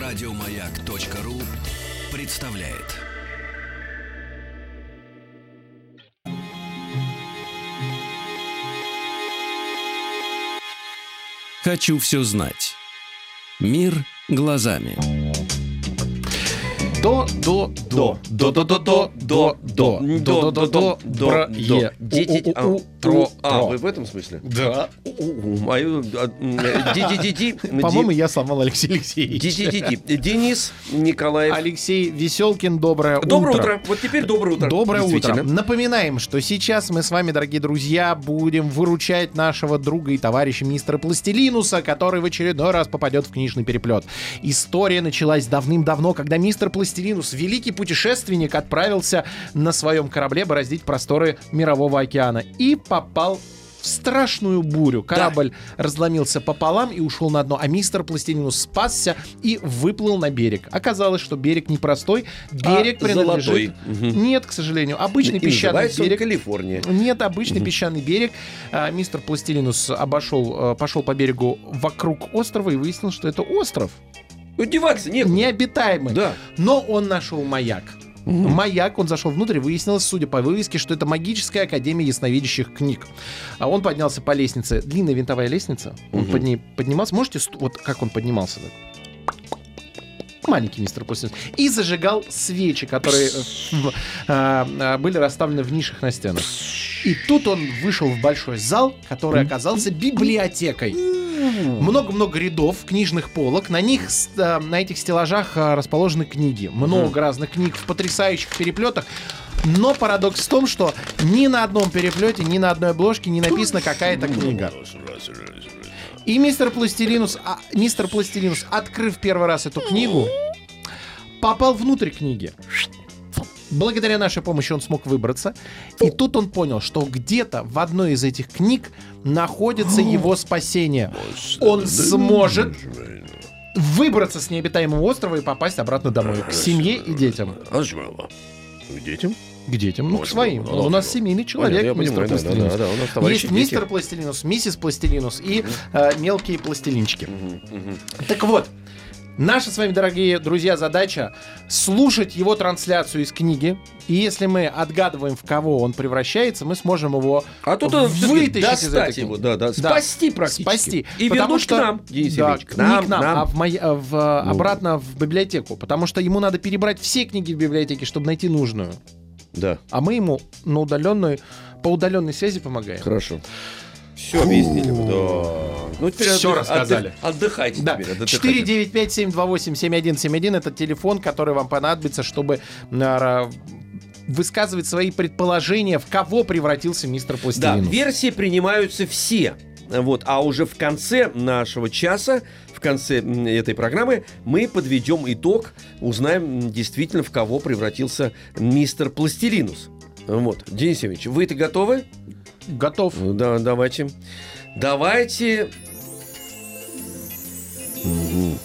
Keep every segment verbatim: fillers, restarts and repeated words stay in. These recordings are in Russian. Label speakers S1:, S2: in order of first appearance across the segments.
S1: Радиомаяк.ру представляет. Хочу все знать. Мир глазами.
S2: До, до, до, до, до, до, до, до, до, до, до, до, до, е.
S3: Дети, а, тро, а, вы в этом смысле?
S2: Да.
S3: Ди-ди-ди-ди.
S2: По-моему, я сломал Алексей Алексеевич.
S3: Ди-ди-ди-ди. Денис Николаев.
S2: Алексей Веселкин, доброе утро.
S3: Доброе утро. Вот теперь доброе утро.
S2: Доброе утро. Напоминаем, что сейчас мы с вами, дорогие друзья, будем выручать нашего друга и товарища мистера Пластилинуса, который в очередной раз попадет в книжный переплет. История началась давным-давно, когда мистер Пластилинус, великий путешественник, отправился на своем корабле бороздить просторы Мирового океана и попал в страшную бурю. Корабль да. разломился пополам и ушел на дно, а мистер Пластилинус спасся и выплыл на берег. Оказалось, что берег непростой, берег а принадлежит... Угу. Нет, к сожалению, обычный и песчаный берег.
S3: Калифорния.
S2: Нет, обычный
S3: угу.
S2: песчаный берег. А, мистер Пластилинус обошел, пошел по берегу вокруг острова и выяснил, что это остров.
S3: Удеваться некуда.
S2: Необитаемый.
S3: Да.
S2: Но он нашел маяк. Угу. Маяк, он зашел внутрь, выяснилось, судя по вывеске, что это магическая академия ясновидящих книг. А он поднялся по лестнице, длинная винтовая лестница, он угу. под ней поднимался. Можете, вот как он поднимался? Маленький мистер Пластилинус. И зажигал свечи, которые э, были расставлены в нишах на стенах. И тут он вышел в большой зал, который оказался библиотекой. Много-много рядов книжных полок. На них, на этих стеллажах расположены книги. Много разных книг в потрясающих переплетах. Но парадокс в том, что ни на одном переплете, ни на одной обложке не написана какая-то книга. И мистер Пластилинус, а, мистер Пластилинус, открыв первый раз эту книгу, попал внутрь книги. Благодаря нашей помощи он смог выбраться. И тут он понял, что где-то в одной из этих книг находится его спасение. Он сможет выбраться с необитаемого острова и попасть обратно домой, к семье и детям.
S3: К детям?
S2: К детям, ну, к своим. Ну, у нас семейный человек,
S3: понятно,
S2: мистер
S3: понимаю,
S2: Пластилинус.
S3: Да, да, да, у нас товарищи
S2: Есть
S3: дети.
S2: мистер Пластилинус, миссис Пластилинус и э, мелкие пластилинчики.
S3: Угу, угу.
S2: Так вот, наша с вами, дорогие друзья, задача слушать его трансляцию из книги. И если мы отгадываем, в кого он превращается, мы сможем его
S3: а тут
S2: вытащить из этой
S3: достать
S2: книги.
S3: его, да, да,
S2: да.
S3: Спасти практически.
S2: Спасти.
S3: И
S2: потому
S3: вернуть
S2: что,
S3: к нам, Денис
S2: да,
S3: Ильич, к нам,
S2: не к нам,
S3: нам.
S2: а в мои, в, ну. обратно в библиотеку. Потому что ему надо перебрать все книги в библиотеке, чтобы найти нужную.
S3: Да.
S2: А мы ему на удаленной, по удаленной связи помогаем.
S3: Хорошо. Все объяснили. Да. Ну, теперь
S2: все
S3: отдых,
S2: рассказали.
S3: Отдых, отдыхайте
S2: да.
S3: теперь. Отдыхайте.
S2: четыре девять пять семь два восемь семь один семь один это телефон, который вам понадобится, чтобы э, высказывать свои предположения, в кого превратился мистер Пластилинус.
S3: Да, версии принимаются все. Вот, а уже в конце нашего часа, в конце этой программы, мы подведем итог, узнаем действительно, в кого превратился мистер Пластилинус. Вот, Денис Евгеньевич, вы-то готовы?
S2: Готов.
S3: Да, давайте. Давайте. Угу.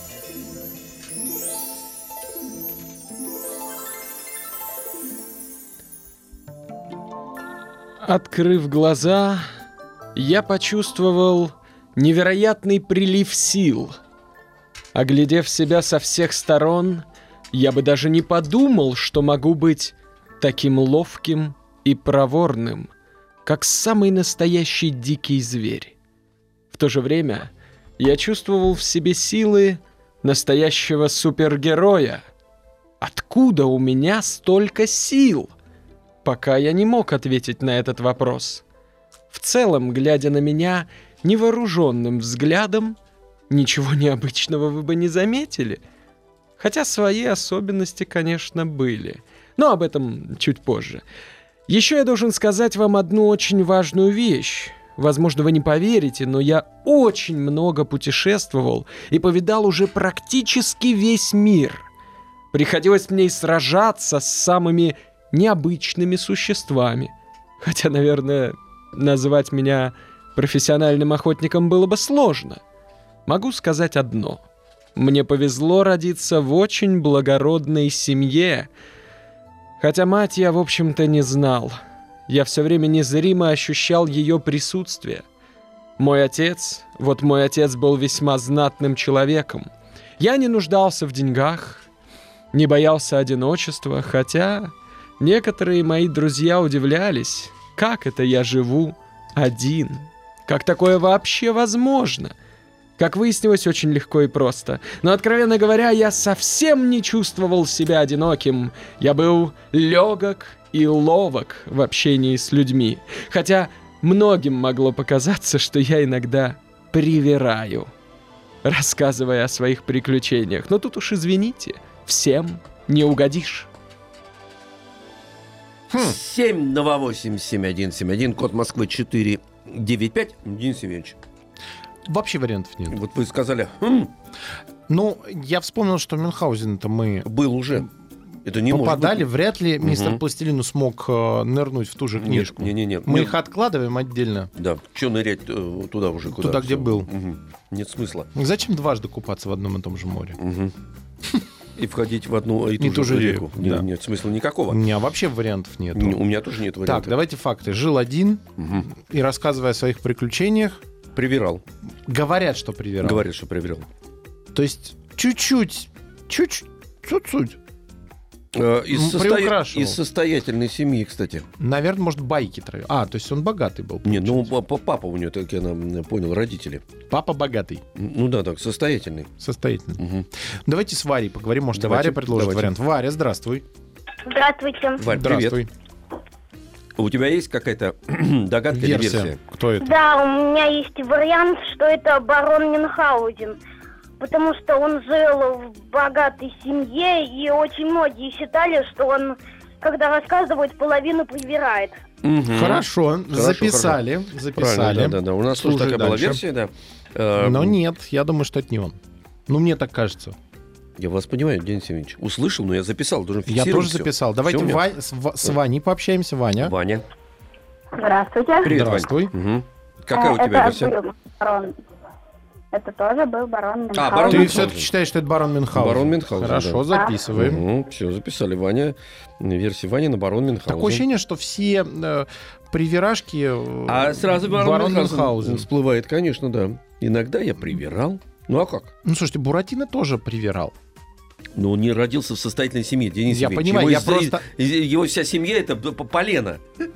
S4: Открыв глаза, я почувствовал невероятный прилив сил. Оглядев себя со всех сторон, я бы даже не подумал, что могу быть таким ловким и проворным, как самый настоящий дикий зверь. В то же время я чувствовал в себе силы настоящего супергероя. Откуда у меня столько сил? Пока я не мог ответить на этот вопрос. В целом, глядя на меня невооруженным взглядом, ничего необычного вы бы не заметили. Хотя свои особенности, конечно, были. Но об этом чуть позже. Еще я должен сказать вам одну очень важную вещь. Возможно, вы не поверите, но я очень много путешествовал и повидал уже практически весь мир. Приходилось мне и сражаться с самыми необычными существами. Хотя, наверное, назвать меня профессиональным охотником было бы сложно. Могу сказать одно. Мне повезло родиться в очень благородной семье. Хотя мать я, в общем-то, не знал. Я все время незримо ощущал ее присутствие. Мой отец, вот мой отец был весьма знатным человеком. Я не нуждался в деньгах, не боялся одиночества, хотя некоторые мои друзья удивлялись, как это я живу один, как такое вообще возможно. Как выяснилось, очень легко и просто. Но, откровенно говоря, я совсем не чувствовал себя одиноким. Я был легок и ловок в общении с людьми. Хотя многим могло показаться, что я иногда привираю, рассказывая о своих приключениях. Но тут уж извините, всем не угодишь.
S3: семь два восемь семь один семь один, код Москвы четыре девять пять. Денис Евгеньевич,
S2: Вообще вариантов нет.
S3: вот вы сказали, хм,
S2: Ну, я вспомнил, что Мюнхгаузен-то мы
S3: был уже. Это не
S2: попадали.
S3: может быть.
S2: Вряд ли мистер
S3: Мгм.
S2: Пластилину смог э, нырнуть в ту же книжку.
S3: Не-не-не.
S2: Мы их откладываем отдельно.
S3: Да, что нырять э, туда уже? Куда?
S2: Туда, где
S3: Всё.
S2: был.
S3: Мгм. Нет смысла.
S2: Зачем дважды купаться в одном и том же море?
S3: Мгм. И входить в одну и ту,
S2: И
S3: же,
S2: ту же
S3: реку.
S2: реку,
S3: Не-
S2: да.
S3: Нет смысла
S2: У
S3: никакого.
S2: меня вообще вариантов нет.
S3: Н- У меня тоже нет
S2: Так,
S3: вариантов.
S2: давайте факты. Жил один
S3: Мгм.
S2: и, рассказывая о своих приключениях,
S3: Привирал.
S2: говорят, что привирал.
S3: Говорят, что привирал.
S2: То есть чуть-чуть, чуть-чуть, чуть-чуть.
S3: Э, Из,
S2: М,
S3: состоя-
S2: приукрашивал.
S3: из состоятельной семьи, кстати.
S2: Наверное, может, байки травил. А, то есть он богатый был.
S3: Не, ну
S2: получается.
S3: па- папа у него, так я нам понял, родители.
S2: Папа богатый,
S3: Ну да, так, состоятельный.
S2: состоятельный.
S3: Мгм.
S2: Давайте с Варей поговорим. Может,
S3: Давайте,
S2: Варя предложит
S3: давайте.
S2: вариант. Варя, здравствуй.
S5: Здравствуйте.
S3: Варь,
S2: Здравствуй.
S3: привет. У тебя есть какая-то догадка или
S2: Версия.
S3: версия?
S2: Кто это?
S5: Да, у меня есть вариант, что это барон Мюнхгаузен. Потому что он жил в богатой семье, и очень многие считали, что он, когда рассказывает, половину привирает.
S3: Мгм.
S2: Хорошо,
S3: Хорошо,
S2: записали. Записали.
S3: Правильно, да, да, да. У нас тоже
S2: Слушай
S3: такая была
S2: дальше.
S3: версия, да. Э,
S2: Но нет, я думаю, что это не он. Ну, мне так кажется.
S3: Я вас понимаю, Денис Евгеньевич. Услышал, но я записал, должен
S2: Я
S3: фиксировать
S2: тоже
S3: всё.
S2: записал. Давайте
S3: Всё у меня.
S2: Вань- с, В- с Ваней пообщаемся. Ваня.
S3: Ваня.
S5: Здравствуйте.
S3: Привет,
S2: Здравствуй.
S3: Вань. Мгм. Какая у тебя версия?
S5: барон. Это тоже был барон
S3: А, барон
S2: Ты
S3: Мюнхгаузен.
S2: все-таки считаешь, что это барон Мюнхгаузен?
S3: Барон Мюнхгаузен,
S2: Хорошо,
S3: да.
S2: записываем.
S3: Все, записали. Ваня. Версия Вани на барон Мюнхгаузен.
S2: Такое ощущение, что все э, привирашки э,
S3: А сразу барон,
S2: барон
S3: Мюнхгаузен
S2: Мюнхгаузен.
S3: всплывает, конечно, да. Иногда я привирал. Ну а как?
S2: Ну, слушайте, Буратино тоже привирал.
S3: Но он не родился в состоятельной семье, Денис
S2: Я
S3: Евгеньевич.
S2: понимаю,
S3: Его
S2: я
S3: из-
S2: просто-
S3: из- Его вся семья — это п- п- полено.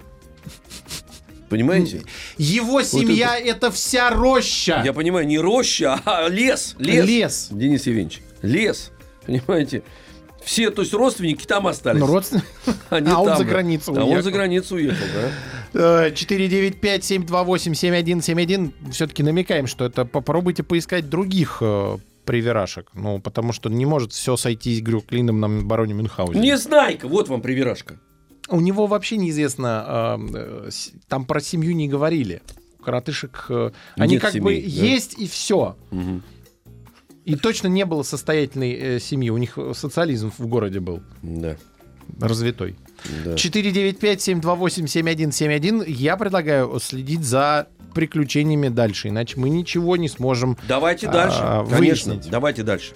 S3: Понимаете?
S2: Его семья — это вся роща.
S3: Я понимаю, не роща, а лес. Лес.
S2: Лес.
S3: Денис Евгеньевич, лес. Понимаете? Все, то есть родственники там остались.
S2: Ну, родственник.
S3: Они
S2: А он
S3: там
S2: за
S3: же.
S2: границу
S3: А он
S2: уехал.
S3: за границу уехал, да.
S2: четыре девять пять семь два восемь семь один семь один. Все-таки намекаем, что это попробуйте поискать других э, привирашек. Ну, потому что не может все сойтись, говорю, клином на бароне Мюнхгаузене.
S3: Незнайка, вот вам привирашка.
S2: У него вообще неизвестно, э, э, с- там про семью не говорили. У коротышек э, они
S3: Нет
S2: как
S3: семей,
S2: бы
S3: да?
S2: есть и все.
S3: Мгм.
S2: И точно не было состоятельной э, семьи. У них социализм в городе был
S3: Да.
S2: развитой.
S3: Да.
S2: четыре девять пять семь два восемь семь один семь один. Я предлагаю следить за приключениями дальше, иначе мы ничего не сможем.
S3: Давайте
S2: А,
S3: дальше. Конечно,
S2: выяснить.
S3: давайте дальше.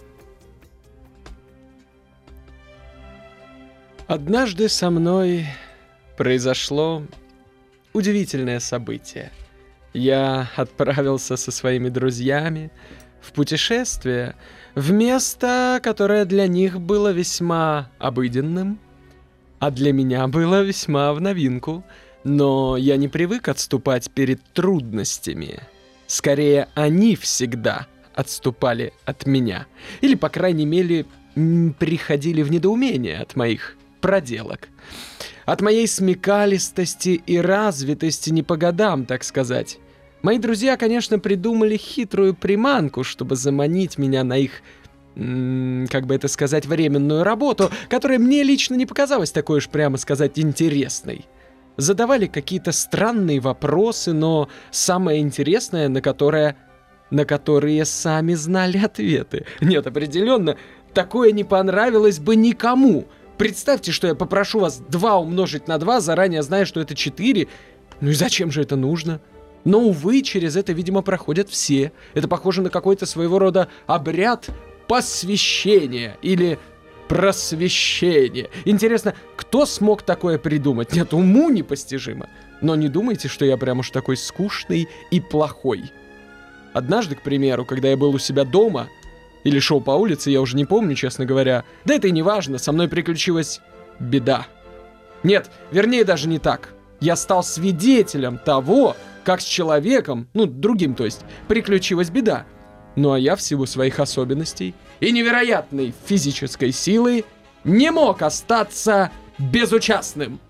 S4: Однажды со мной произошло удивительное событие. Я отправился со своими друзьями в путешествие в место, которое для них было весьма обыденным, а для меня было весьма в новинку. Но я не привык отступать перед трудностями. Скорее, они всегда отступали от меня. Или, по крайней мере, м, приходили в недоумение от моих проделок. От моей смекалистости и развитости не по годам, так сказать. Мои друзья, конечно, придумали хитрую приманку, чтобы заманить меня на их, м, как бы это сказать, временную работу, которая мне лично не показалась такой уж, прямо сказать, интересной. Задавали какие-то странные вопросы, но самое интересное, на которое, на которые сами знали ответы. Нет, определенно, такое не понравилось бы никому. Представьте, что я попрошу вас два умножить на два, заранее зная, что это четыре. Ну и зачем же это нужно? Но, увы, через это, видимо, проходят все. Это похоже на какой-то своего рода обряд посвящения или просвещения. Интересно, кто смог такое придумать? Нет, уму непостижимо. Но не думайте, что я прям уж такой скучный и плохой. Однажды, к примеру, когда я был у себя дома, или шел по улице, я уже не помню, честно говоря. Да это и не важно, со мной приключилась беда. Нет, вернее даже не так. Я стал свидетелем того, как с человеком, ну, другим то есть, приключилась беда. Ну а я в силу своих особенностей и невероятной физической силы не мог остаться безучастным.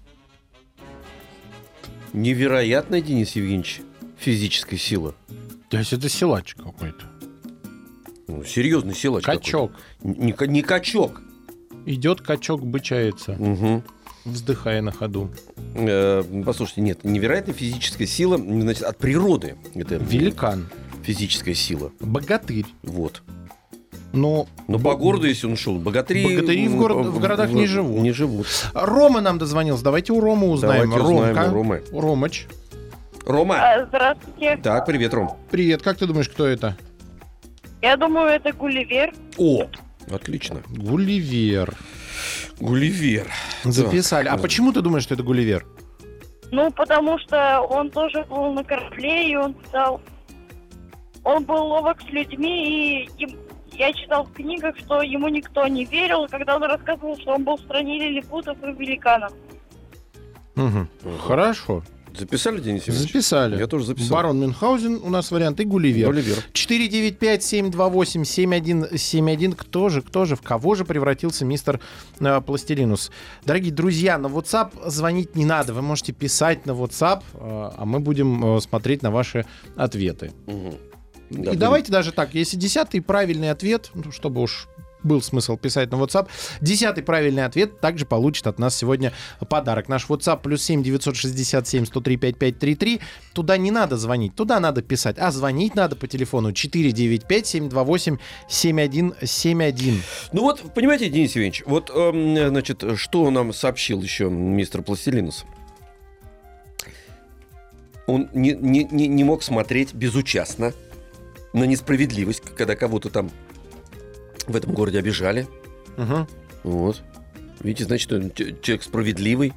S3: Невероятная, Денис Евгеньевич, физическая сила.
S2: То есть это силач какой-то.
S3: Ну, серьезный силач.
S2: Качок.
S3: какой-то. Не, ка- не качок.
S2: Идет качок, бычается,
S3: Угу.
S2: вздыхая на ходу.
S3: Э, послушайте, нет, невероятная физическая сила, значит, от природы. Это
S2: Великан.
S3: физическая сила.
S2: Богатырь.
S3: Вот.
S2: Но
S3: Но по городу, если он шел, богатыри...
S2: Богатыри в город- в городах не живут.
S3: Не живут.
S2: Рома нам дозвонился. Давайте у Ромы узнаем.
S3: Давайте узнаем
S2: Ромка.
S3: у Ромы.
S2: Ромыч.
S3: Рома.
S5: А, Здравствуйте.
S3: Так, привет, Ром.
S2: Привет, как ты думаешь, кто это?
S5: Я думаю, это Гулливер.
S3: О, отлично.
S2: Гулливер.
S3: Гулливер.
S2: Записали.
S3: Так.
S2: А почему ты думаешь, что это Гулливер?
S5: Ну, потому что он тоже был на корабле, и он стал... Он был ловок с людьми, и им- я читал в книгах, что ему никто не верил, когда он рассказывал, что он был в стране лилипутов и великанов.
S2: Угу. Хорошо.
S3: Записали, Денис Евгеньевич?
S2: Записали.
S3: Я тоже записал.
S2: Барон Мюнхгаузен у нас вариант и Гулливер.
S3: Гулливер.
S2: четыре девять пять семь два восемь семь один семь один. Кто же, кто же, в кого же превратился мистер э, Пластилинус? Дорогие друзья, на WhatsApp звонить не надо. Вы можете писать на WhatsApp, э, а мы будем э, смотреть на ваши ответы.
S3: Угу.
S2: И давайте даже так, если десятый правильный ответ, ну, чтобы уж был смысл писать на WhatsApp, десятый правильный ответ также получит от нас сегодня подарок. Наш WhatsApp плюс семь девятьсот шестьдесят семь сто три пятьдесят пять тридцать три. Туда не надо звонить, туда надо писать. А звонить надо по телефону четыре девять пять семь два восемь семь один семь один.
S3: Ну вот, понимаете, Денис Евгеньевич, вот, эм, значит, что нам сообщил еще мистер Пластилинус? Он не, не, не, не мог смотреть безучастно на несправедливость, когда кого-то там в этом городе обижали.
S2: Угу.
S3: Вот. Видите, значит, он ч- человек справедливый.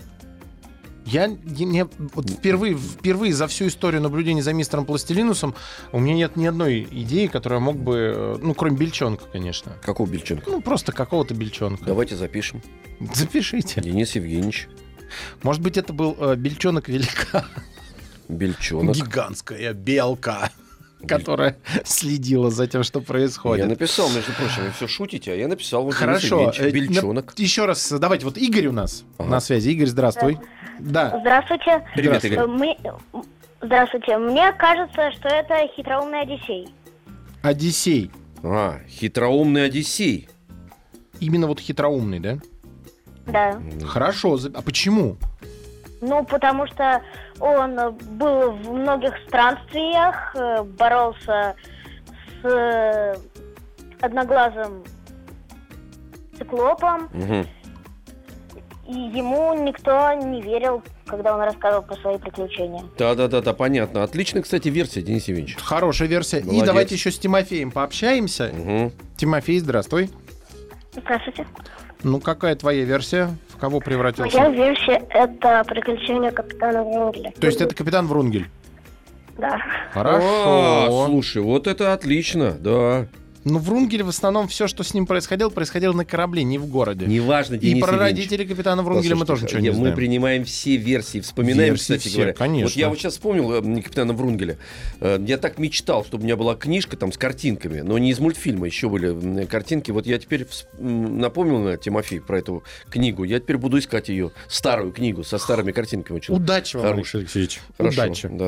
S2: Я не, не- вот впервые, впервые за всю историю наблюдения за мистером Пластилинусом у меня нет ни одной идеи, которая мог бы, э, ну, кроме бельчонка, конечно.
S3: Какого бельчонка?
S2: Ну, просто какого-то бельчонка.
S3: Давайте запишем.
S2: Запишите.
S3: Денис Евгеньевич.
S2: Может быть, это был э, бельчонок велика.
S3: Бельчонок.
S2: Гигантская белка, которая следила за тем, что происходит.
S3: Я написал, между прочим, вы все шутите, а я написал вот Денис
S2: Хорошо.
S3: Евгеньевич,
S2: э,
S3: бельчонок.
S2: на- Еще раз, давайте, вот Игорь у нас
S3: Ага.
S2: на связи. Игорь, здравствуй. Да.
S5: Здравствуйте.
S3: Привет, Игорь.
S5: Э, Мы... Здравствуйте. Мне кажется, что это хитроумный Одиссей.
S2: Одиссей.
S3: А, хитроумный Одиссей.
S2: Именно вот хитроумный, да?
S5: Да.
S2: Хорошо. за- А почему?
S5: Ну, потому что он э, был в многих странствиях, э, боролся с э, одноглазым циклопом,
S3: Мгм.
S5: и ему никто не верил, когда он рассказывал про свои приключения.
S3: Да-да-да, понятно. Отличная, кстати, версия, Денис Евгеньевич.
S2: Хорошая версия. И
S3: Молодец.
S2: давайте еще с Тимофеем пообщаемся.
S3: Угу.
S2: Тимофей, здравствуй.
S5: Здравствуйте.
S2: Ну, какая твоя версия? В кого превратился?
S5: Моя версия — это приключения капитана Врунгеля.
S2: То есть это капитан Врунгель?
S5: Да.
S2: Хорошо.
S3: А, слушай, вот это отлично, да.
S2: Ну, Врунгель в основном все, что с ним происходило, происходило на корабле, не в городе.
S3: Неважно, Денис
S2: И про
S3: Евгеньевич.
S2: родителей капитана Врунгеля мы тоже
S3: Послушайте,
S2: ничего не
S3: я-
S2: знаем.
S3: Мы принимаем все версии, вспоминаем,
S2: Версии
S3: кстати
S2: все,
S3: говоря.
S2: конечно.
S3: Вот я вот сейчас вспомнил э, капитана Врунгеля. Э, Я так мечтал, чтобы у меня была книжка там с картинками, но не из мультфильма, еще были м, картинки. Вот я теперь всп- м, напомнил, на Тимофей, про эту книгу. Я теперь буду искать ее, старую книгу со старыми картинками. Очень
S2: Удачи вам,
S3: хорошая.
S2: Алексей Алексеевич.
S3: Хорошо,
S2: Удачи.
S3: да.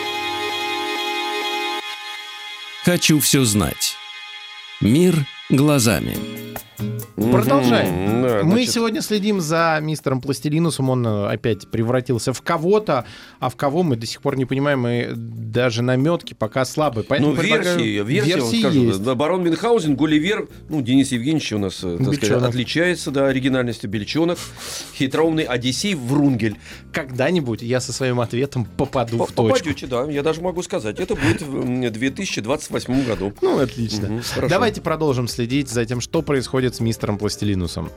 S1: Хочу все знать. Мир глазами.
S2: Продолжаем.
S3: Мгм, да,
S2: Мы
S3: значит,
S2: сегодня следим за мистером Пластилинусом. Он э, опять превратился в кого-то, а в кого мы до сих пор не понимаем, и даже наметки пока слабые. Поэтому
S3: Ну,
S2: предлагаю-
S3: версии, версии, я вам
S2: версии
S3: скажу.
S2: есть.
S3: Да, барон Мюнхгаузен, Гулливер, ну, Денис Евгеньевич у нас, э, так сказать,
S2: Бельчонок.
S3: отличается, да, оригинальностью, Бельчонок, хитроумный Одиссей, Врунгель.
S2: Когда-нибудь я со своим ответом попаду в точку.
S3: Попадете, да, я даже могу сказать, это будет в м, две тысячи двадцать восьмом году.
S2: Ну, отлично.
S3: Мгм, хорошо.
S2: Давайте продолжим следить за тем, что происходит с мистером Пластилинусом.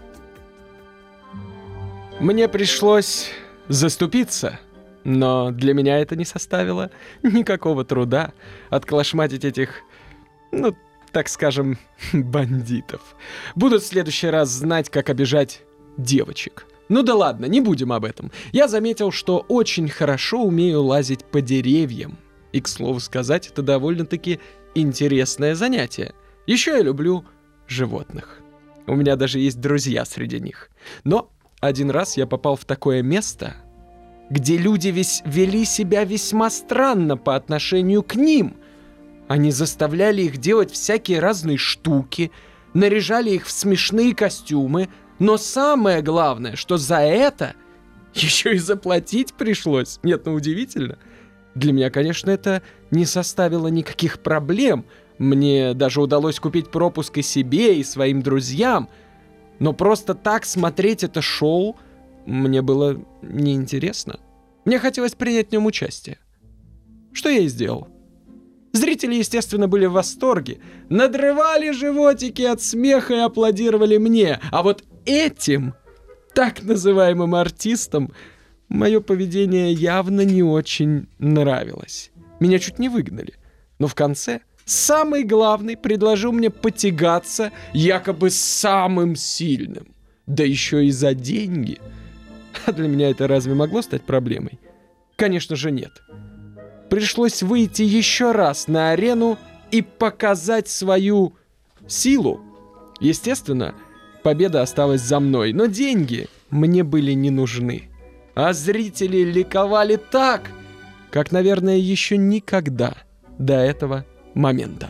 S4: Мне пришлось заступиться, но для меня это не составило никакого труда отколошматить этих, ну, так скажем, бандитов. Будут в следующий раз знать, как обижать девочек. Ну да ладно, не будем об этом. Я заметил, что очень хорошо умею лазить по деревьям. И, к слову сказать, это довольно-таки интересное занятие. Еще я люблю животных. У меня даже есть друзья среди них. Но один раз я попал в такое место, где люди весь вели себя весьма странно по отношению к ним. Они заставляли их делать всякие разные штуки, наряжали их в смешные костюмы, но самое главное, что за это еще и заплатить пришлось. Нет, ну удивительно. Для меня, конечно, это не составило никаких проблем. Мне даже удалось купить пропуск и себе, и своим друзьям. Но просто так смотреть это шоу мне было неинтересно. Мне хотелось принять в нем участие. Что я и сделал. Зрители, естественно, были в восторге, надрывали животики от смеха и аплодировали мне. А вот этим, так называемым артистам, мое поведение явно не очень нравилось. Меня чуть не выгнали. Но в конце самый главный предложил мне потягаться якобы с самым сильным. Да еще и за деньги. А для меня это разве могло стать проблемой? Конечно же нет. Пришлось выйти еще раз на арену и показать свою силу. Естественно, победа осталась за мной, но деньги мне были не нужны. А зрители ликовали так, как, наверное, еще никогда до этого момента.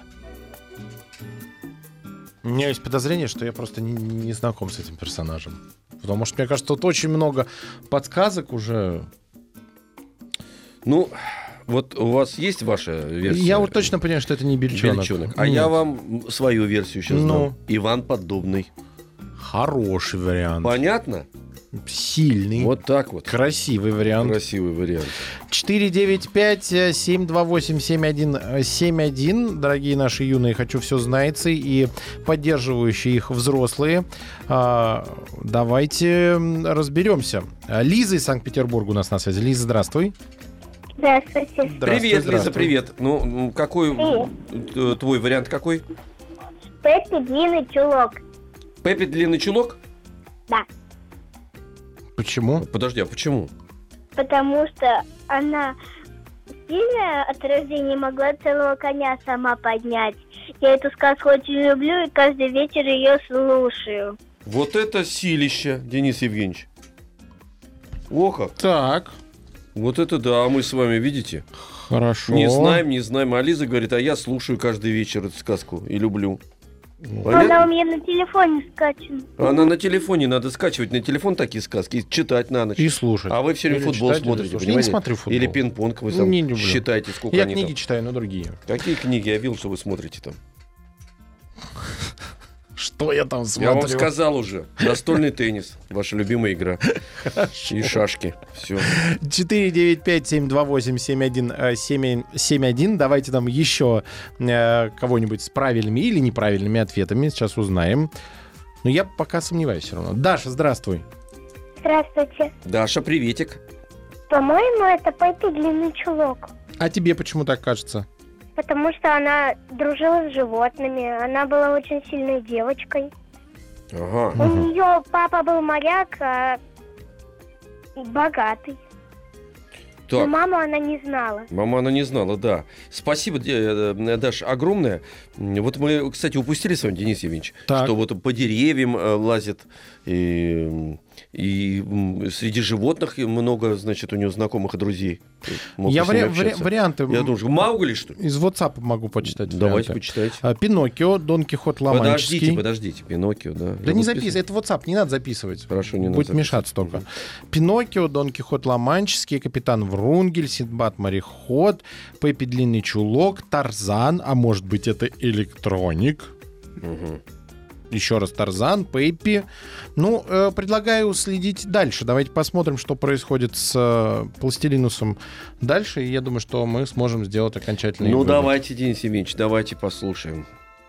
S2: У меня есть подозрение, что я просто не, не знаком с этим персонажем. Потому что, мне кажется, тут очень много подсказок уже.
S3: Ну, вот у вас есть ваша версия?
S2: Я вот точно понимаю, что это не Бельчонок.
S3: Бельчонок. А
S2: Нет.
S3: я вам свою версию сейчас
S2: Ну.
S3: дам. Иван Поддубный.
S2: Хороший вариант.
S3: Понятно?
S2: Сильный.
S3: Вот так вот.
S2: Красивый вариант.
S3: Красивый вариант.
S2: четыре девять пять семь два восемь семь один семь один. Дорогие наши юные «Хочу все знайцы» и поддерживающие их взрослые. А, давайте разберемся. Лиза из Санкт-Петербурга у нас на связи. Лиза, здравствуй.
S5: Здравствуйте.
S2: Здравствуй,
S3: Привет, Лиза,
S2: здравствуй.
S3: привет. Ну, м, какой э, твой вариант какой?
S5: Пеппи длинный чулок.
S3: Пеппи длинный чулок?
S5: Да.
S2: Почему?
S3: Подожди, а почему?
S5: Потому что она сильная от рождения, могла целого коня сама поднять. Я эту сказку очень люблю и каждый вечер ее слушаю.
S3: Вот это силище, Денис Евгеньевич. О как.
S2: Так,
S3: Вот это да, мы с вами, видите?
S2: хорошо.
S3: Не знаем, не знаем. А Лиза говорит, а я слушаю каждый вечер эту сказку и люблю.
S5: Она у
S3: Понятно?
S5: меня на телефоне скачана.
S3: Она на телефоне, надо скачивать на телефон такие сказки и читать на ночь.
S2: И слушать.
S3: А вы все время
S2: Или
S3: футбол
S2: читать, или
S3: смотрите,
S2: слушать.
S3: понимаете?
S2: Я не смотрю футбол.
S3: Или пинг-понг вы там
S2: Не люблю.
S3: считаете, сколько
S2: Я
S3: они
S2: книги
S3: там.
S2: читаю, но другие.
S3: Какие книги? Я видел, что вы смотрите там.
S2: Что я там
S3: Я вам сказал уже. Настольный теннис. Ваша любимая игра. И шашки. Все.
S2: четыре девять пять семь два восемь семь один семь один. Давайте там еще э, кого-нибудь с правильными или неправильными ответами. Сейчас узнаем. Но я пока сомневаюсь все равно. Даша, здравствуй.
S5: Здравствуйте.
S3: Даша, приветик.
S5: По-моему, это Пеппи длинный чулок.
S2: А тебе почему так кажется?
S5: Потому что она дружила с животными. Она была очень сильной девочкой.
S3: Ага.
S5: У нее папа был моряк, а... и богатый. Но
S3: Так,
S5: маму она не знала.
S3: мама она не знала, да. Спасибо, Де- э, Даша, огромное. М, Вот мы, кстати, упустили с вами, Денис Евгеньевич,
S2: Так.
S3: что вот по деревьям э, лазит, и, и м, среди животных много, значит, у него знакомых и друзей. Мог
S2: Я
S3: с ними
S2: вари-
S3: общаться.
S2: вари- варианты
S3: Я думаю, что Маугли, что ли?
S2: из WhatsApp могу почитать.
S3: Давайте
S2: варианты.
S3: почитайте.
S2: А, Пиноккио, Дон Кихот Ла-Манческий.
S3: Подождите, подождите, Пиноккио, да.
S2: Да не записывай, это WhatsApp, не надо записывать.
S3: Хорошо, не надо
S2: Будет
S3: записывать.
S2: мешаться только. Пиноккио, Дон Кихот Ла-Манческий, Капитан Врунгель, Синдбад-мореход, Пеппи Длинный Чулок, Тарзан, а может быть это Электроник.
S3: Мгм.
S2: Еще раз Тарзан, Пеппи. Ну, э, предлагаю следить дальше. Давайте посмотрим, что происходит с э, Пластилинусом дальше. И я думаю, что мы сможем сделать окончательный
S3: Ну,
S2: вывод.
S3: давайте, Денис Евгеньевич, давайте послушаем.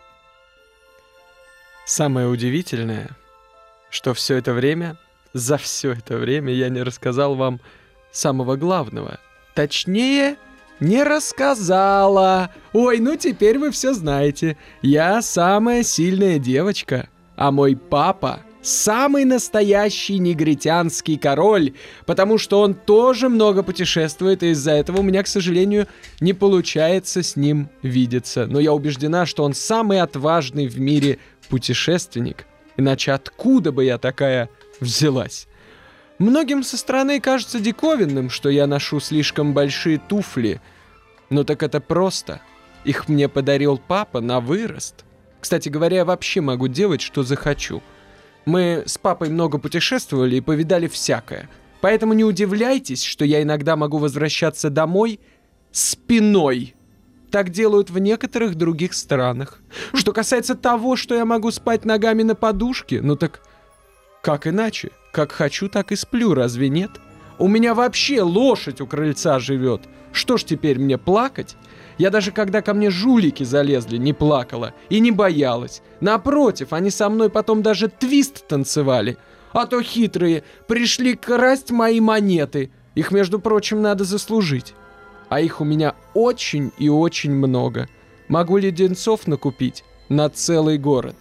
S4: Самое удивительное, что все это время, за все это время я не рассказал вам самого главного. Точнее, не рассказала. Ой, ну теперь вы все знаете. Я самая сильная девочка, а мой папа самый настоящий негритянский король, потому что он тоже много путешествует, и из-за этого у меня, к сожалению, не получается с ним видеться. Но я убеждена, что он самый отважный в мире путешественник. Иначе откуда бы я такая взялась? Многим со стороны кажется диковинным, что я ношу слишком большие туфли. Но так это просто. Их мне подарил папа на вырост. Кстати говоря, я вообще могу делать, что захочу. Мы с папой много путешествовали и повидали всякое. Поэтому не удивляйтесь, что я иногда могу возвращаться домой спиной. Так делают в некоторых других странах. Что касается того, что я могу спать ногами на подушке, ну так как иначе? Как хочу, так и сплю, разве нет? У меня вообще лошадь у крыльца живет. Что ж теперь мне плакать? Я даже когда ко мне жулики залезли, не плакала и не боялась. Напротив, они со мной потом даже твист танцевали. А то хитрые пришли красть мои монеты. Их, между прочим, надо заслужить. А их у меня очень и очень много. Могу леденцов накупить на целый город.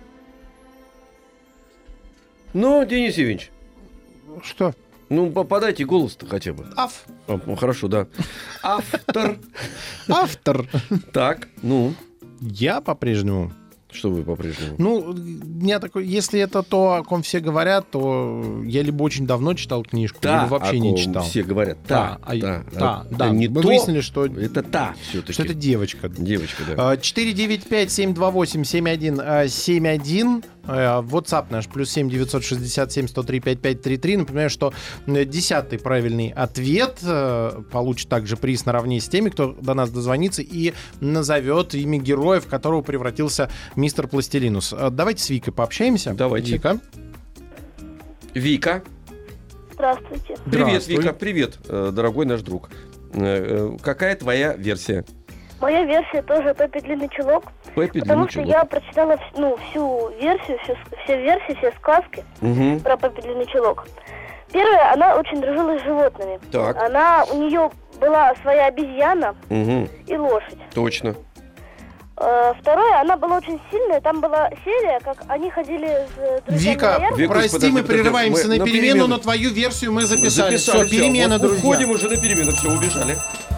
S3: Ну, Денис Евгеньевич,
S2: Что?
S3: ну, по- подайте голос-то хотя бы.
S2: Аф.
S3: А, ну, хорошо, да. Автор.
S2: Автор.
S3: Так, ну,
S2: Я по-прежнему.
S3: что вы по-прежнему?
S2: Ну, у меня такой, если это то, о ком все говорят, то я либо очень давно читал книжку, либо вообще
S3: о
S2: не
S3: ком
S2: читал.
S3: Все говорят.
S2: Да,
S3: Та,
S2: а-
S3: та,
S2: да,
S3: а-
S2: да.
S3: а не
S2: Мы
S3: то,
S2: выяснили, что
S3: это та все-таки.
S2: что это девочка.
S3: Девочка, да.
S2: четыре девять пять семь два восемь семь один семь один. WhatsApp наш плюс семь девятьсот шестьдесят семь сто три пять пять три три. Напоминаю, что десятый правильный ответ э, получит также приз наравне с теми, кто до нас дозвонится и назовет имя героя, в которого превратился мистер Пластилинус. Э, Давайте с Викой пообщаемся.
S3: Давайте.
S2: Вика.
S3: Вика.
S5: Здравствуйте.
S3: Привет,
S2: Здравствуй.
S3: Вика, привет, э, дорогой наш друг. Э, э, Какая твоя версия?
S5: Моя версия тоже Пеппи Длинный Чулок,
S3: Пеппи
S5: потому
S3: Длинный
S5: что
S3: Чулок.
S5: я прочитала вс- ну, всю версию, всю, с- все версии, все сказки
S3: Мгм.
S5: про Пеппи Длинный Чулок. Первая, она очень дружила с животными.
S3: Так.
S5: Она, у нее была своя обезьяна
S3: Мгм.
S5: и лошадь.
S3: Точно.
S5: Э, Второе, она была очень сильная. Там была серия, как они ходили с друзьями на
S2: Вика,
S5: ярмарку.
S3: Вика,
S2: прости,
S3: подожди,
S2: мы
S3: подожди,
S2: прерываемся
S3: мы
S2: на
S3: на
S2: перемену,
S3: перемену.
S2: но твою версию мы записали.
S3: Записали,
S2: Все, перемена,
S3: вот
S2: друзья.
S3: Уходим уже на перемену, все, убежали.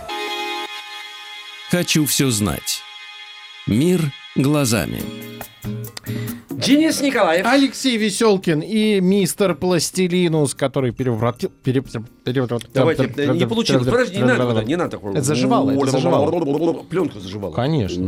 S1: Хочу все знать. Мир глазами.
S3: Денис Николаев.
S2: Алексей Веселкин и мистер Пластилинус, который перевратил... пере- пере-
S3: Давайте, э, не получилось. Подожди, не надо, туда, не надо такого.
S2: Это заживало, это заживало.
S3: Пленка заживала.
S2: Конечно.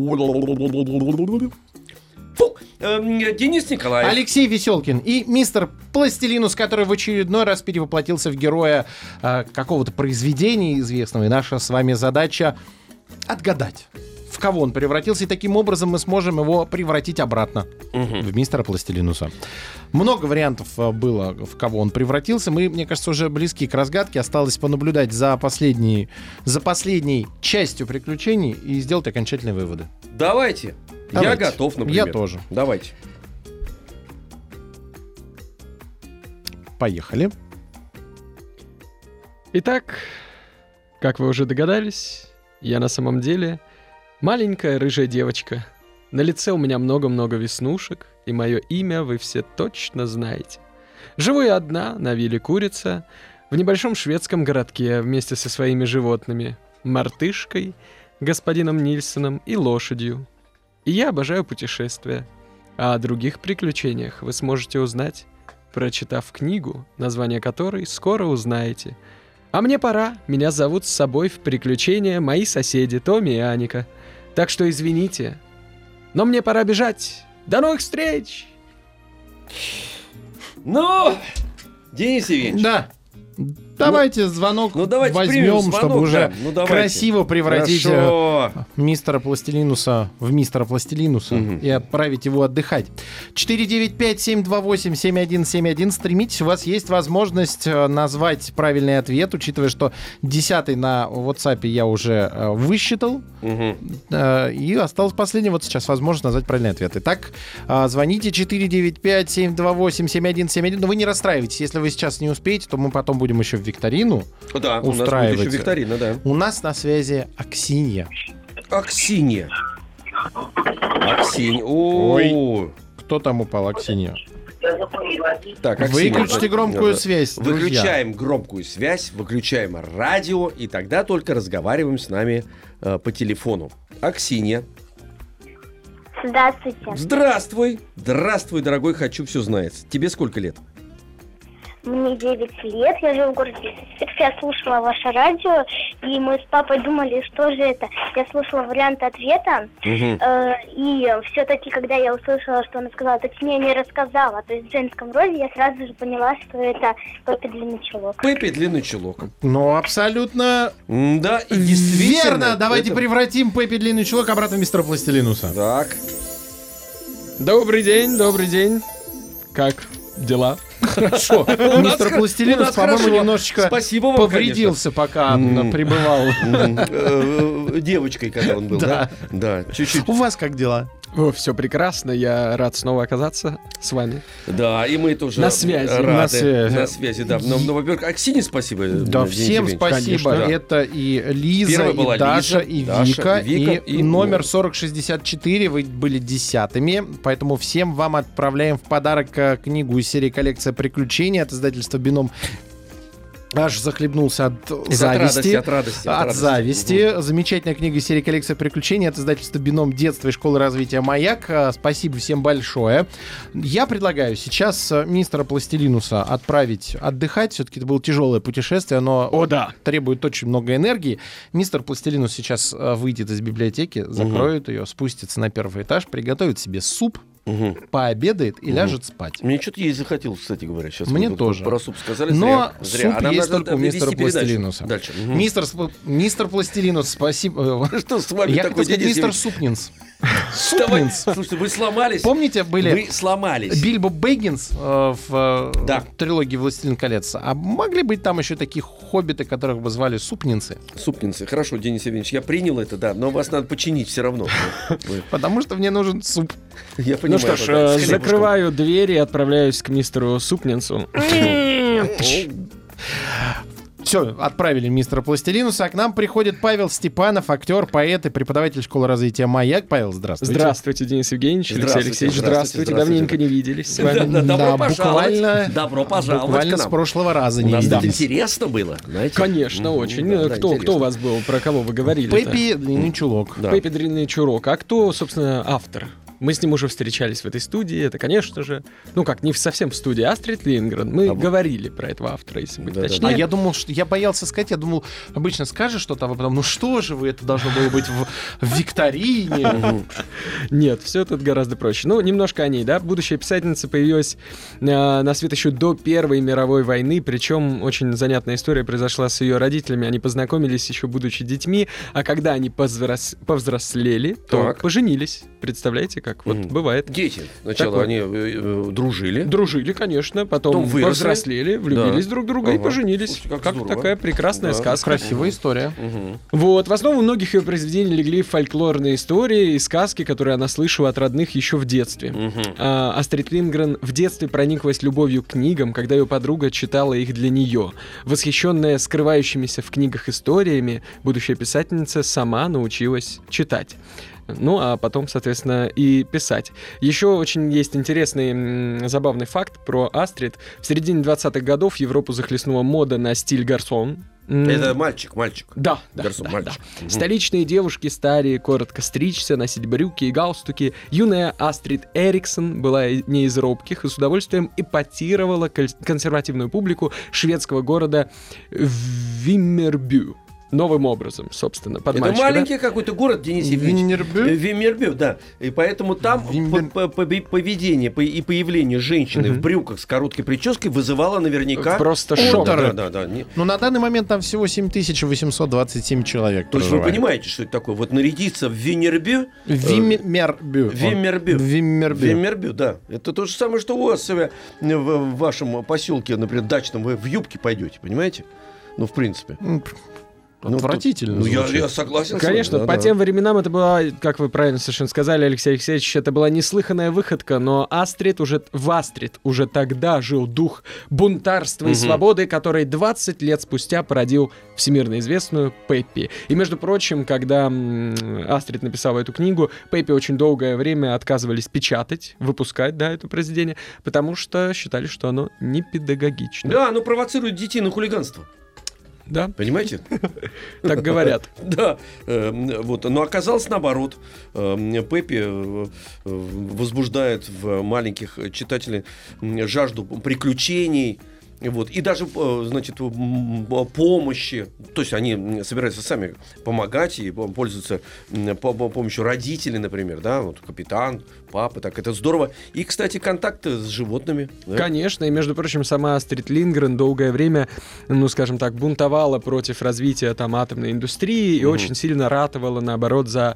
S3: Фу. Эм, Денис Николаев.
S2: Алексей Веселкин и мистер Пластилинус, который в очередной раз перевоплотился в героя э, какого-то произведения известного. И наша с вами задача отгадать, в кого он превратился, и таким образом мы сможем его превратить обратно в мистера Пластилинуса. Много вариантов э, было, в кого он превратился. Мы, мне кажется, уже близки к разгадке. Осталось понаблюдать за последней, за последней частью приключений и сделать окончательные выводы.
S3: Давайте. Я
S2: Давайте.
S3: готов, например.
S2: Я тоже.
S3: Давайте.
S2: Поехали.
S4: Итак, как вы уже догадались, я на самом деле маленькая рыжая девочка. На лице у меня много-много веснушек, и мое имя вы все точно знаете. Живу я одна на вилле Курица в небольшом шведском городке вместе со своими животными — мартышкой, господином Нильсоном и лошадью. И я обожаю путешествия. А о других приключениях вы сможете узнать, прочитав книгу, название которой скоро узнаете. А мне пора, меня зовут с собой в приключения мои соседи Томми и Аника. Так что извините, но мне пора бежать. До новых встреч!
S3: Ну, Денис Евгеньевич.
S2: Да. Давайте звонок
S3: Ну, давайте примем
S2: возьмем,
S3: звонок,
S2: чтобы уже
S3: да. Ну, давайте.
S2: красиво превратить э,
S3: Хорошо.
S2: мистера Пластилинуса в мистера Пластилинуса
S3: Мгм.
S2: и отправить его отдыхать. четыре девять пять семь два восемь семь один семь один. Стремитесь, у вас есть возможность э, назвать правильный ответ, учитывая, что десятый на WhatsApp я уже э, высчитал.
S3: Мгм.
S2: Э, И осталось последний, вот сейчас возможность назвать правильный ответ. Итак, э, звоните четыре девять пять семь два восемь семь один семь один. Но вы не расстраивайтесь, если вы сейчас не успеете, то мы потом будем еще викторину
S3: Да, у нас
S2: устраивать.
S3: будет еще викторина, да.
S2: У нас на связи Аксинья.
S3: Аксинья. Аксинья. О,
S2: Ой. Кто там упал, Аксинья?
S3: Так, Аксинья,
S2: Выключите
S3: значит,
S2: громкую
S3: да.
S2: связь, друзья.
S3: Выключаем громкую связь, выключаем радио, и тогда только разговариваем с нами э, по телефону. Аксинья.
S5: Здравствуйте.
S3: Здравствуй. Здравствуй, дорогой, хочу все знать. Тебе сколько лет?
S5: Мне девять лет, я живу в городе Сыктывкар, я слушала ваше радио, и мы с папой думали, что же это. Я слушала вариант ответа,
S3: Угу.
S5: э, и все-таки, когда я услышала, что она сказала, так мне не рассказала, то есть в женском роде, я сразу же поняла, что это Пеппи Длинный Чулок.
S3: Пеппи Длинный Чулок.
S2: Ну, абсолютно
S3: Да, и действительно.
S2: верно. Давайте
S3: это-
S2: превратим Пеппи Длинный Чулок обратно в мистера Пластилинуса.
S3: Так.
S4: Добрый день, добрый день. Как дела?
S2: Хорошо.
S3: У нас
S2: Мистер
S3: хо- у
S2: Пластилинус,
S3: нас
S2: по-моему,
S3: хорошо.
S2: немножечко
S3: Спасибо вам,
S2: повредился, пока
S3: М.
S2: пребывал.
S3: М, э, Девочкой, когда он был, да? Да, чуть-чуть.
S2: У вас как дела?
S4: Все прекрасно, я рад снова оказаться с вами.
S3: Да, и мы тоже
S4: На связи.
S3: рады.
S2: На связи.
S3: На связи, да. Но, но, во-первых, Аксине спасибо.
S2: Да,
S3: Денис
S2: всем
S3: Евгеньевич.
S2: спасибо.
S3: Конечно, да.
S2: Это и Лиза,
S3: Первая
S2: и
S3: была
S2: Даша,
S3: Лиза,
S2: и
S3: Даша,
S2: Вика,
S3: и Вика,
S2: и,
S3: и
S2: номер
S3: Оля.
S2: сорок шестьдесят четыре. Вы были десятыми, поэтому всем вам отправляем в подарок э, книгу из серии «Коллекция приключений» от издательства «Бином». Аж захлебнулся от
S3: Из-
S2: зависти.
S3: От радости, от радости.
S2: От
S3: радости.
S2: зависти. Замечательная книга из серии «Коллекция приключений» от издательства «Бином. Детство и школа развития Маяк». А, Спасибо всем большое. Я предлагаю сейчас э, мистера Пластилинуса отправить отдыхать. Все-таки это было тяжелое путешествие, оно
S4: О, да.
S2: требует очень много энергии. Мистер Пластилинус сейчас э, выйдет из библиотеки, закроет ее, спустится на первый этаж, приготовит себе суп,
S3: Мгм.
S2: пообедает и
S3: Мгм.
S2: ляжет спать.
S3: Мне что-то есть захотелось, кстати говоря. Сейчас
S2: Мне
S3: вы
S2: тоже.
S3: Про суп сказали.
S2: Но
S3: зря, зря.
S2: суп
S3: А нам
S2: есть
S3: надо
S2: только у
S3: вести
S2: мистера
S3: передачу.
S2: Пластилинуса.
S3: Дальше. Мгм.
S2: Мистер, Сп- мистер Пластилинус, спасибо. э,
S3: Что с вами
S2: Я
S3: такое,
S2: хотел сказать
S3: Денис
S2: мистер
S3: Евгеньевич?
S2: Супнинс.
S3: Давай.
S2: Супнинс.
S3: Слушайте, вы сломались.
S2: Помните, были
S3: Вы сломались.
S2: Бильбо Бэггинс э, в э,
S3: Да.
S2: трилогии «Властелин колец». А могли быть там еще такие хоббиты, которых бы звали Супнинцы?
S3: Супницы. Хорошо, Денис Евгеньевич, я принял это, да, но вас надо починить все равно. Вы-
S2: Потому что мне нужен суп.
S3: Я
S4: Ну
S3: понимаю.
S4: что ж,
S3: да,
S4: э,
S3: с хлебушком.
S4: закрываю двери и отправляюсь к мистеру Супнинцу.
S2: Все, отправили мистера Пластилинуса. А к нам приходит Павел Степанов, актер, поэт и преподаватель школы развития «Маяк». Павел, здравствуйте.
S4: Здравствуйте, Денис Евгеньевич, Алексей
S3: Здравствуйте,
S4: Алексеевич,
S3: здравствуйте,
S4: здравствуйте. Давненько не виделись с
S3: Да,
S4: вами.
S3: да, добро
S2: Да,
S3: пожаловать.
S2: буквально-
S3: Добро пожаловать
S2: Буквально
S3: к
S2: с
S3: нам.
S2: прошлого раза
S3: У
S2: не
S3: нас тут
S2: виделись.
S3: интересно было, знаете?
S4: Конечно,
S3: Мгм,
S4: очень.
S3: да, да,
S4: кто, кто
S3: интересно.
S4: у вас был, про кого вы говорили?
S2: Пеппи длинный чулок.
S3: Да.
S4: Пеппи Длинный Чурок. А кто, собственно, автор? Мы с ним уже встречались в этой студии. Это, конечно же, ну как, не в- совсем в студии Астрид Лингрен. Мы
S3: А вот-
S4: говорили про этого автора, если быть
S3: Да-да-да.
S4: точнее.
S2: А я думал, что я боялся сказать, я думал, обычно скажешь что-то, а потом, ну что же вы, это должно было быть в, в викторине.
S4: Нет, все тут гораздо проще. Ну, немножко о ней, да. Будущая писательница появилась э, на свет еще до Первой мировой войны, причем очень занятная история произошла с ее родителями. Они познакомились еще будучи детьми, а когда они повзрос- повзрослели, то
S3: Так.
S4: поженились. Представляете, как вот
S3: Мгм.
S4: бывает.
S3: Дети. Сначала
S4: Такое.
S3: они э, э, дружили.
S4: Дружили, конечно, потом
S3: Потом выросли.
S4: повзрослели, влюбились
S3: Да.
S4: друг в друга и
S3: Ага.
S4: поженились.
S3: Слушайте, как
S4: как
S3: здорово.
S4: такая прекрасная
S3: Да.
S4: сказка.
S2: Красивая история.
S3: Мгм.
S4: Вот, в основу многих ее произведений легли фольклорные истории и сказки, которые она слышала от родных еще в детстве.
S3: Мгм.
S4: А, Астрид Лингрен в детстве прониклась любовью к книгам, когда ее подруга читала их для нее. Восхищенная скрывающимися в книгах историями, будущая писательница сама научилась читать. Ну, а потом, соответственно, и писать. Еще очень есть интересный, м, забавный факт про Астрид. В середине двадцатых годов Европу захлестнула мода на стиль гарсон. М,
S3: Это мальчик, мальчик.
S4: да, да,
S3: Гарсон,
S4: да,
S3: мальчик.
S4: да.
S3: Мгм.
S4: Столичные девушки стали коротко стричься, носить брюки и галстуки. Юная Астрид Эриксон была и- не из робких и с удовольствием эпатировала коль- консервативную публику шведского города Виммербю. Новым образом, собственно, под
S3: Это
S4: мальчика, да?
S3: маленький какой-то город, Денис Евгеньевич.
S2: Виннербю?
S3: Э, Виммербю, да. И поэтому там
S2: Виммер-
S3: по- по- по- поведение по- и появление женщины
S4: Мгм.
S3: в брюках с короткой прической вызывало наверняка...
S4: Просто
S3: О,
S4: шок.
S3: Да, да, да. Не-
S2: Ну, на данный момент там всего семь тысяч восемьсот двадцать семь человек
S3: То есть вы
S2: проживает.
S3: понимаете, что это такое? Вот нарядиться в Виннербю... э,
S2: Виммербю.
S3: Виммербю.
S2: Виммербю.
S3: Виммербю, да. Это то же самое, что у вас э, в, в вашем поселке, например, дачном, вы в юбке пойдете, понимаете? Ну, в принципе.
S2: М,
S3: Ну,
S2: Отвратительно.
S3: Ну, я,
S2: звучит.
S3: я согласен.
S4: Конечно,
S3: с вами,
S4: по
S3: да,
S4: тем временам это была, как вы правильно совершенно сказали, Алексей Алексеевич, это была неслыханная выходка, но Астрид уже, в Астрид уже тогда жил дух бунтарства и
S3: Мгм.
S4: свободы, который двадцать лет спустя породил всемирно известную Пеппи. И, между прочим, когда м, Астрид написала эту книгу, Пеппи очень долгое время отказывались печатать, выпускать, да, это произведение, потому что считали, что оно не педагогично.
S3: Да, оно провоцирует детей на хулиганство.
S4: Да,
S3: Понимаете?
S4: так говорят.
S3: Да, э, вот, но оказалось наоборот. Э, Пеппи э, возбуждает в маленьких читателей жажду приключений. Вот. И даже, э, значит, м, помощи. То есть они собираются сами помогать и пользуются м, по- по- помощью родителей, например, да, вот капитан, папа, так это здорово. И, кстати, контакты с животными. Да?
S4: Конечно, и, между прочим, сама Астрид Линдгрен долгое время, ну, скажем так, бунтовала против развития там атомной индустрии и
S3: Мгм.
S4: очень сильно ратовала, наоборот, за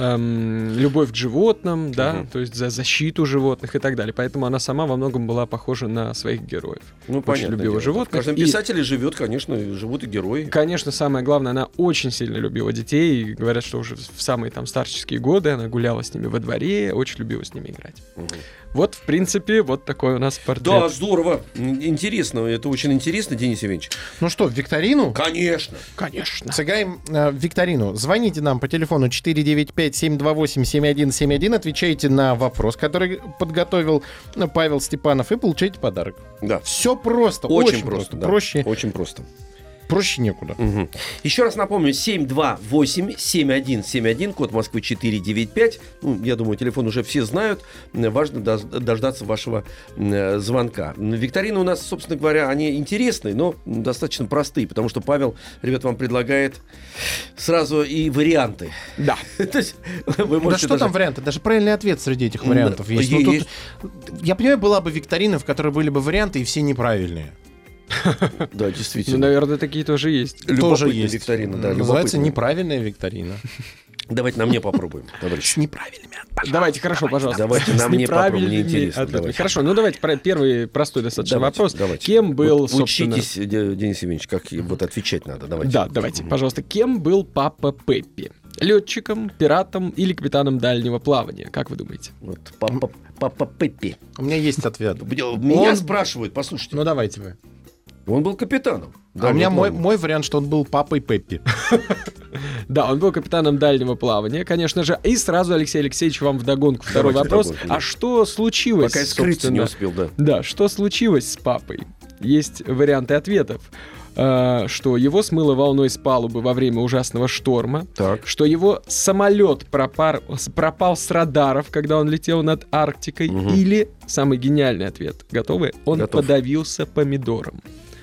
S4: эм, любовь к животным, да,
S3: Мгм.
S4: то есть за защиту животных и так далее. Поэтому она сама во многом была похожа на своих героев.
S3: Ну,
S4: Очень
S3: понятное
S4: любила
S3: дело.
S4: животных.
S3: В каждом
S4: И-
S3: писателе живет, конечно, живут и герои.
S4: Конечно, самое главное, она очень сильно любила детей. И говорят, что уже в самые там старческие годы она гуляла с ними во дворе, очень любила с ними играть.
S3: Мгм.
S4: Вот, в принципе, вот такой у нас портрет.
S3: Да, здорово. М, Интересно. Это очень интересно, Денис Евгеньевич.
S2: Ну что, в викторину?
S3: Конечно.
S4: Конечно.
S2: Сыграем э, в викторину. Звоните нам по телефону четыре девять пять семь два восемь семь один семь один, отвечайте на вопрос, который подготовил э, Павел Степанов, и получаете подарок.
S3: Да.
S2: Все просто,
S3: Очень,
S2: очень,
S3: просто. да.
S2: Проще,
S3: Очень просто.
S2: проще некуда.
S3: Мгм. Еще раз напомню, семь два восемь семь один семь один, код Москвы четыре девять пять. Ну, я думаю, телефон уже все знают. М, Важно дож- дождаться вашего м, звонка. М, Викторины у нас, собственно говоря, они интересные, но м, достаточно простые, потому что Павел, ребят, вам предлагает сразу и варианты.
S4: Да.
S3: То есть вы
S2: Да
S3: можете
S2: что
S3: даже-
S2: там варианты? Даже правильный ответ среди этих
S3: М,
S2: вариантов есть. Ну,
S3: есть.
S2: тут, я понимаю, была бы викторина, в которой были бы варианты, и все неправильные.
S3: Да,
S4: Ну,
S3: действительно.
S4: наверное, такие тоже есть.
S2: Тоже
S3: Любопытная
S2: есть.
S3: викторина, да,
S2: Называется
S3: любопытная.
S2: неправильная викторина.
S3: Давайте на мне попробуем, товарищи.
S2: С неправильными.
S4: Давайте, хорошо, пожалуйста.
S3: Давайте на
S4: С
S3: мне попробуем, мне
S4: неправильными
S3: интересно,
S4: ответами.
S3: давайте.
S4: Хорошо, ну давайте про- первый простой достаточно
S3: Давайте,
S4: вопрос.
S3: давайте.
S4: Кем был,
S3: Вот
S4: собственно...
S3: Учитесь, Де- Денис Евгеньевич, как и вот отвечать надо. Давайте.
S4: Да, давайте,
S3: Мгм.
S4: пожалуйста. Кем был папа Пеппи? Летчиком, пиратом или капитаном дальнего плавания? Как вы думаете?
S3: Вот папа, папа Пеппи.
S2: У меня есть ответ.
S3: Меня
S2: Он-
S3: спрашивают, послушайте.
S2: Ну давайте вы.
S3: Он был капитаном.
S2: А у меня мой,
S3: плавания.
S2: мой вариант, что он был папой Пеппи.
S4: Да, он был капитаном дальнего плавания, конечно же. И сразу, Алексей Алексеевич, вам вдогонку второй
S3: Давайте
S4: вопрос.
S3: вдогонку, да.
S4: А что случилось,
S3: Пока я скрыться не
S4: собственно?
S3: успел, да.
S4: Да, что случилось с папой? Есть варианты ответов. Э, Что его смыло волной с палубы во время ужасного шторма,
S3: Так.
S4: что его самолет пропар- с- пропал с радаров, когда он летел над Арктикой,
S3: Мгм.
S4: или, самый гениальный ответ, готовы? Он
S3: Готов.
S4: подавился помидором.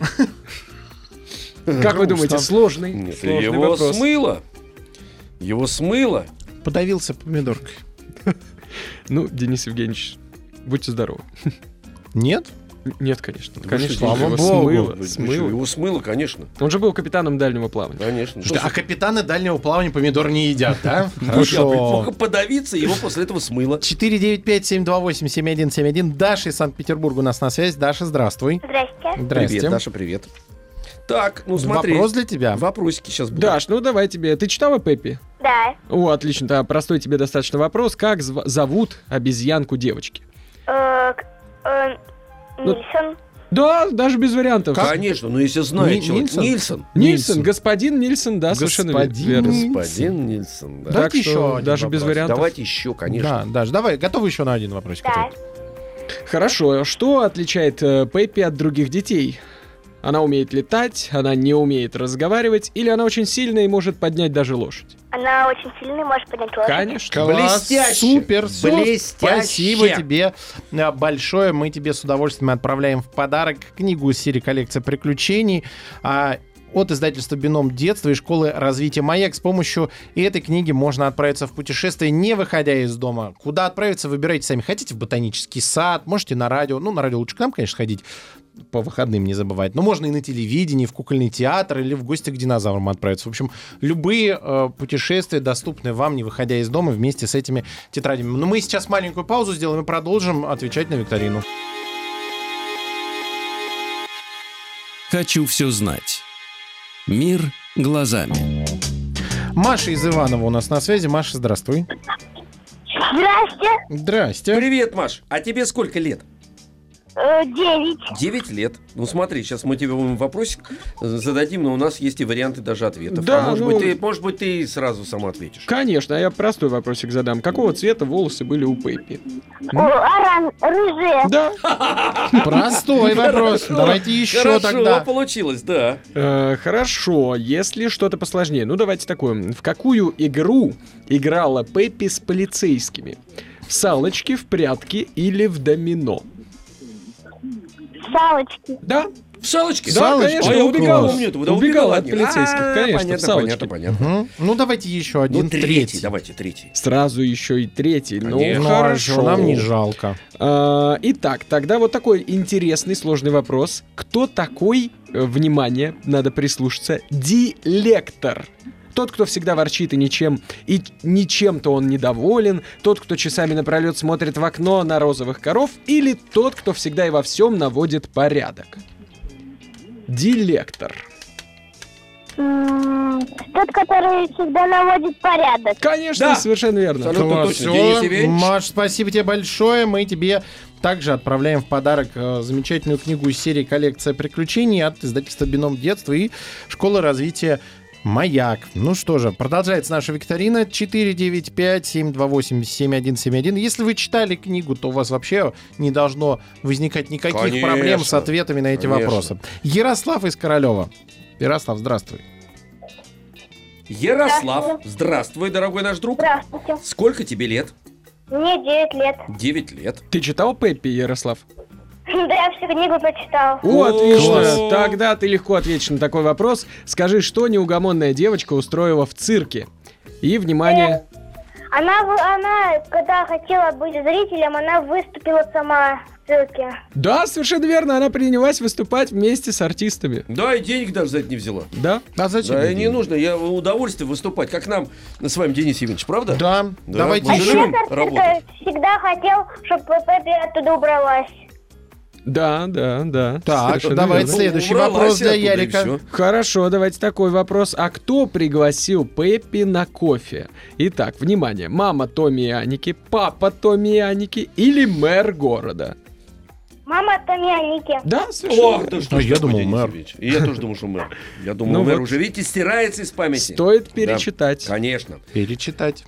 S4: Как вы
S2: Грустно.
S4: думаете, сложный,
S3: Нет,
S4: сложный
S3: его
S4: вопрос.
S3: смыло. Его смыло.
S2: Подавился помидоркой.
S4: Ну, Денис Евгеньевич, будьте здоровы.
S2: Нет?
S4: Н- Нет, конечно.
S3: Вы
S4: Конечно,
S3: что,
S2: слава
S4: его
S2: богу.
S4: смыло,
S3: Вы- вы что,
S4: смыло.
S3: Его смыло, конечно.
S4: Он же был капитаном дальнего плавания.
S3: Конечно.
S2: Слушайте, а капитаны дальнего плавания помидор не едят, да?
S3: Мог
S2: Хорошо.
S3: подавиться, его после этого смыло.
S2: четыре девять пять семь два восемь семь один семь один. Даша из Санкт-Петербурга у нас на связи. Даша, здравствуй.
S5: Здрасте.
S2: Здрасте.
S3: Привет, Даша, привет. Так, ну смотри.
S2: Вопрос для тебя.
S3: Вопросики сейчас будут.
S4: Даш, ну давай тебе. Ты читала Пеппи?
S5: Да.
S4: О, отлично. Да, простой тебе достаточно вопрос. Как зв- зовут обезьянку девочки?
S5: Э, к- э,
S4: Ну,
S5: Нильсон.
S4: Да, даже без вариантов.
S3: Конечно, но если знает
S2: Ни-
S3: человек.
S2: Нильсон?
S3: Нильсон.
S4: Нильсон,
S2: Нильсон.
S4: господин Нильсон, да, совершенно вер-
S2: Господин
S4: верно.
S2: Нильсон.
S3: Господин Нильсон, да.
S2: Да.
S4: Так
S2: Давайте
S4: что
S2: еще один
S4: даже без
S2: вопрос.
S4: вариантов.
S3: Давайте еще, конечно.
S2: Да, Даша, давай, готовы еще на один вопросик?
S5: Да.
S2: ответить?
S4: Хорошо. Что отличает э, Пеппи от других детей? Она умеет летать, она не умеет разговаривать, или она очень сильная и может поднять даже лошадь?
S5: Она очень сильная, может поднять лошадь.
S4: Конечно.
S2: Класс,
S3: Блестяще.
S2: супер, всё.
S3: Блестяще.
S2: Спасибо тебе э, большое. Мы тебе с удовольствием отправляем в подарок книгу из серии «Коллекция приключений» а, от издательства «Бином детства» и школы развития «Маяк». С помощью этой книги можно отправиться в путешествие, не выходя из дома. Куда отправиться, выбирайте сами. Хотите в ботанический сад, можете на радио. Ну, на радио лучше к нам, конечно, ходить. По выходным не забывать. Но можно и на телевидении, в кукольный театр или в гости к динозаврам отправиться. В общем, любые э, путешествия доступны вам, не выходя из дома, вместе с этими тетрадями. Но мы сейчас маленькую паузу сделаем и продолжим отвечать на викторину.
S1: Хочу все знать. Мир глазами.
S2: Маша из Иванова у нас на связи. Маша, здравствуй.
S5: Здрасте.
S2: Здрасте.
S3: Привет, Маш. А тебе сколько лет?
S5: Э, Девять.
S3: Девять лет. Ну смотри, сейчас мы тебе вопросик зададим, но у нас есть и варианты даже ответов.
S4: Да,
S3: а может,
S4: ну...
S3: быть, ты, может быть, ты сразу сама ответишь.
S4: Конечно, а я простой вопросик задам. Какого цвета волосы были у Пеппи?
S5: О, оран, рыжие.
S4: Да.
S2: Простой вопрос. Давайте еще
S3: Хорошо
S2: тогда.
S3: получилось, да.
S4: Э, хорошо, если что-то посложнее. Ну, давайте такое. В какую игру играла Пеппи с полицейскими? В салочки, в прятки или в домино?
S5: Салочки.
S4: Да.
S3: В салочке?
S4: Да,
S2: Салочки?
S4: конечно,
S3: А я
S4: убегала.
S3: убегал, нет, да,
S4: Убегала от
S3: них.
S4: полицейских,
S3: А,
S4: конечно, в
S3: понятно,
S4: салочки.
S3: понятно, понятно.
S2: Мгм. Ну, давайте еще один,
S3: Ну, третий,
S2: третий.
S3: давайте, третий.
S4: Сразу еще и третий. Ну,
S3: Конечно.
S2: Ну, а
S4: хорошо.
S2: что, нам не жалко.
S4: А, итак, тогда вот такой интересный, сложный вопрос. Кто такой, э, внимание, надо прислушаться, дилектор? Тот, кто всегда ворчит и ничем, и ничем-то он недоволен, тот, кто часами напролет смотрит в окно на розовых коров, или тот, кто всегда и во всем наводит порядок? Дилектор.
S5: М, Тот, который всегда наводит порядок.
S4: Конечно,
S3: Да.
S4: совершенно верно.
S3: Абсолютно.
S2: Ну,
S3: точно.
S2: всё.
S3: Денис Евгеньевич.
S2: Маш, спасибо тебе большое. Мы тебе также отправляем в подарок э, замечательную книгу из серии «Коллекция приключений» от издательства «Бином детства» и школы развития «Маяк». Ну что же, продолжается наша викторина. четыре девять пять семь два восемь семь один семь один. Если вы читали книгу, то у вас вообще не должно возникать никаких
S3: Конечно.
S2: проблем с ответами на эти
S3: Конечно.
S2: вопросы. Ярослав из Королева. Ярослав, здравствуй.
S3: Ярослав, здравствуй, дорогой наш друг.
S5: Здравствуйте.
S3: Сколько тебе лет?
S5: Мне девять лет.
S3: Девять лет.
S4: Ты читал Пеппи, Ярослав?
S5: Да, я всю книгу прочитал.
S4: О, отлично.
S3: Класс.
S4: Тогда ты легко ответишь на такой вопрос. Скажи, что неугомонная девочка устроила в цирке? И, внимание...
S5: Она, вы- она, когда хотела быть зрителем, она выступила сама в цирке.
S4: Да, совершенно верно, она принялась выступать вместе с артистами.
S3: Да, и денег даже за это не взяла.
S4: Да?
S2: А зачем?
S3: Да, и
S2: тебе
S3: не
S2: деньги?
S3: нужно, я в удовольствие выступать, как нам с вами, Денис Евгеньевич, правда?
S2: Да,
S3: Да,
S2: давайте
S3: мы
S5: А
S3: же
S2: еще.
S3: любим
S5: директор
S3: работать.
S5: цирка всегда хотел, чтобы Пеппи оттуда убралась.
S4: Да, да, да.
S2: Так,
S4: совершенно
S2: давайте
S4: верно.
S2: следующий
S3: Убралась
S2: вопрос для
S3: оттуда, и
S2: Ярика.
S3: всё.
S4: Хорошо, давайте такой вопрос. А кто пригласил Пеппи на кофе? Итак, внимание. Мама Томми и Аники, папа Томми и Аники или мэр города?
S5: Мама Томми Аники.
S4: Да, совершенно
S3: Ох,
S4: верно.
S3: да что
S2: А
S3: ж
S2: я
S3: такое,
S2: думал,
S3: Денис
S2: мэр.
S3: Евгеньевич. И я тоже думал, что мэр. Я думал,
S4: Ну
S3: мэр
S4: вот.
S3: уже, видите, стирается из памяти.
S4: Стоит
S3: Да,
S4: перечитать.
S3: Конечно.
S2: Перечитать.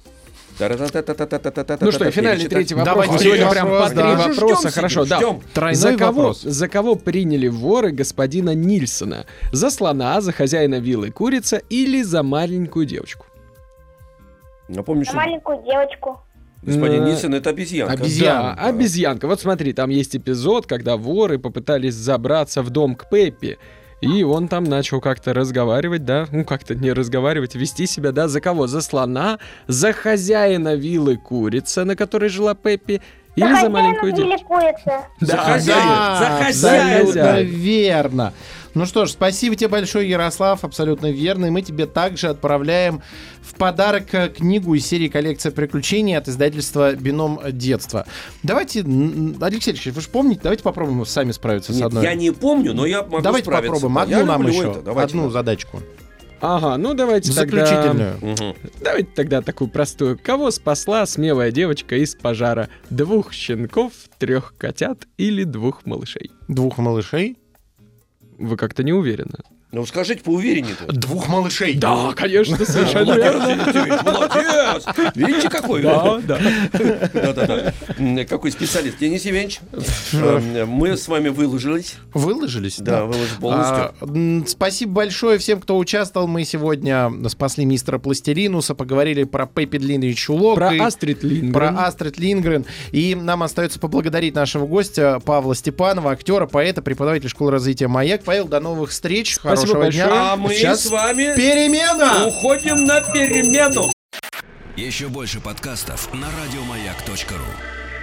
S4: Ну что, финальный третий вопрос.
S2: Давайте
S4: Мы сегодня
S2: третий
S4: прям
S2: вопрос,
S4: по три
S2: да.
S4: вопроса.
S3: Ждем
S4: Хорошо,
S3: себя,
S4: да.
S3: ждем.
S2: Тройной
S4: За кого,
S2: вопрос.
S4: за кого приняли воры господина Нильсона? За слона, за хозяина виллы курица или за маленькую девочку?
S3: Напомню,
S5: За
S3: что
S5: маленькую девочку.
S3: господин
S4: Э,
S3: Нильсон — это обезьянка.
S2: Обезьянка.
S4: Да, обезьянка. Вот смотри, там есть эпизод, когда воры попытались забраться в дом к Пеппи. И он там начал как-то разговаривать, да, ну как-то не разговаривать, вести себя, да, за кого? За слона, за хозяина виллы курица, на которой жила Пеппи, или за маленькую
S5: хозяина
S4: девочку?
S5: или курица?
S3: За
S4: Да,
S3: хозяина,
S2: Да,
S3: за хозяина.
S2: абсолютно верно. Ну что ж, спасибо тебе большое, Ярослав, абсолютно верно. И мы тебе также отправляем в подарок э, книгу из серии «Коллекция приключений» от издательства «Бином детства». Давайте, м, Алексей Алексеевич, вы же помните, давайте попробуем сами справиться с
S3: Нет,
S2: одной.
S3: я не помню, но я могу
S2: Давайте
S3: справиться.
S2: попробуем
S3: Да,
S2: одну
S3: я
S2: нам
S3: люблю
S2: еще,
S3: это. Давайте,
S2: одну
S3: да.
S2: задачку.
S4: Ага, ну давайте тогда...
S2: Заключительную.
S3: Мгм.
S4: Давайте тогда такую простую. Кого спасла смелая девочка из пожара? Двух щенков, трех котят или двух малышей?
S2: Двух малышей.
S4: Вы как-то не уверены.
S3: Ну скажите поувереннее-то.
S2: Двух малышей.
S4: Да, конечно, совершенно
S3: Молодец,
S4: верно.
S3: Денис Евгеньевич, молодец! Видите, какой?
S4: Да, да.
S3: Да-да-да. М, Какой специалист. Денис Евгеньевич, э, мы с вами выложились.
S2: Выложились?
S3: Да, выложились полностью.
S2: А, м, спасибо большое всем, кто участвовал. Мы сегодня спасли мистера Пластилинуса, поговорили про Пеппи Длинный Чулок.
S4: Про
S2: и
S4: Астрид Лингрен.
S2: про Астрид Лингрен. И нам остается поблагодарить нашего гостя Павла Степанова, актера, поэта, преподавателя школы развития «Маяк». Павел, до новых встреч.
S4: Спасибо
S2: Хорошего
S4: большое.
S2: дня.
S3: А мы
S2: Сейчас
S3: с вами
S2: перемена!
S3: уходим на перемену.
S1: Еще больше подкастов на радиомаяк точка ру.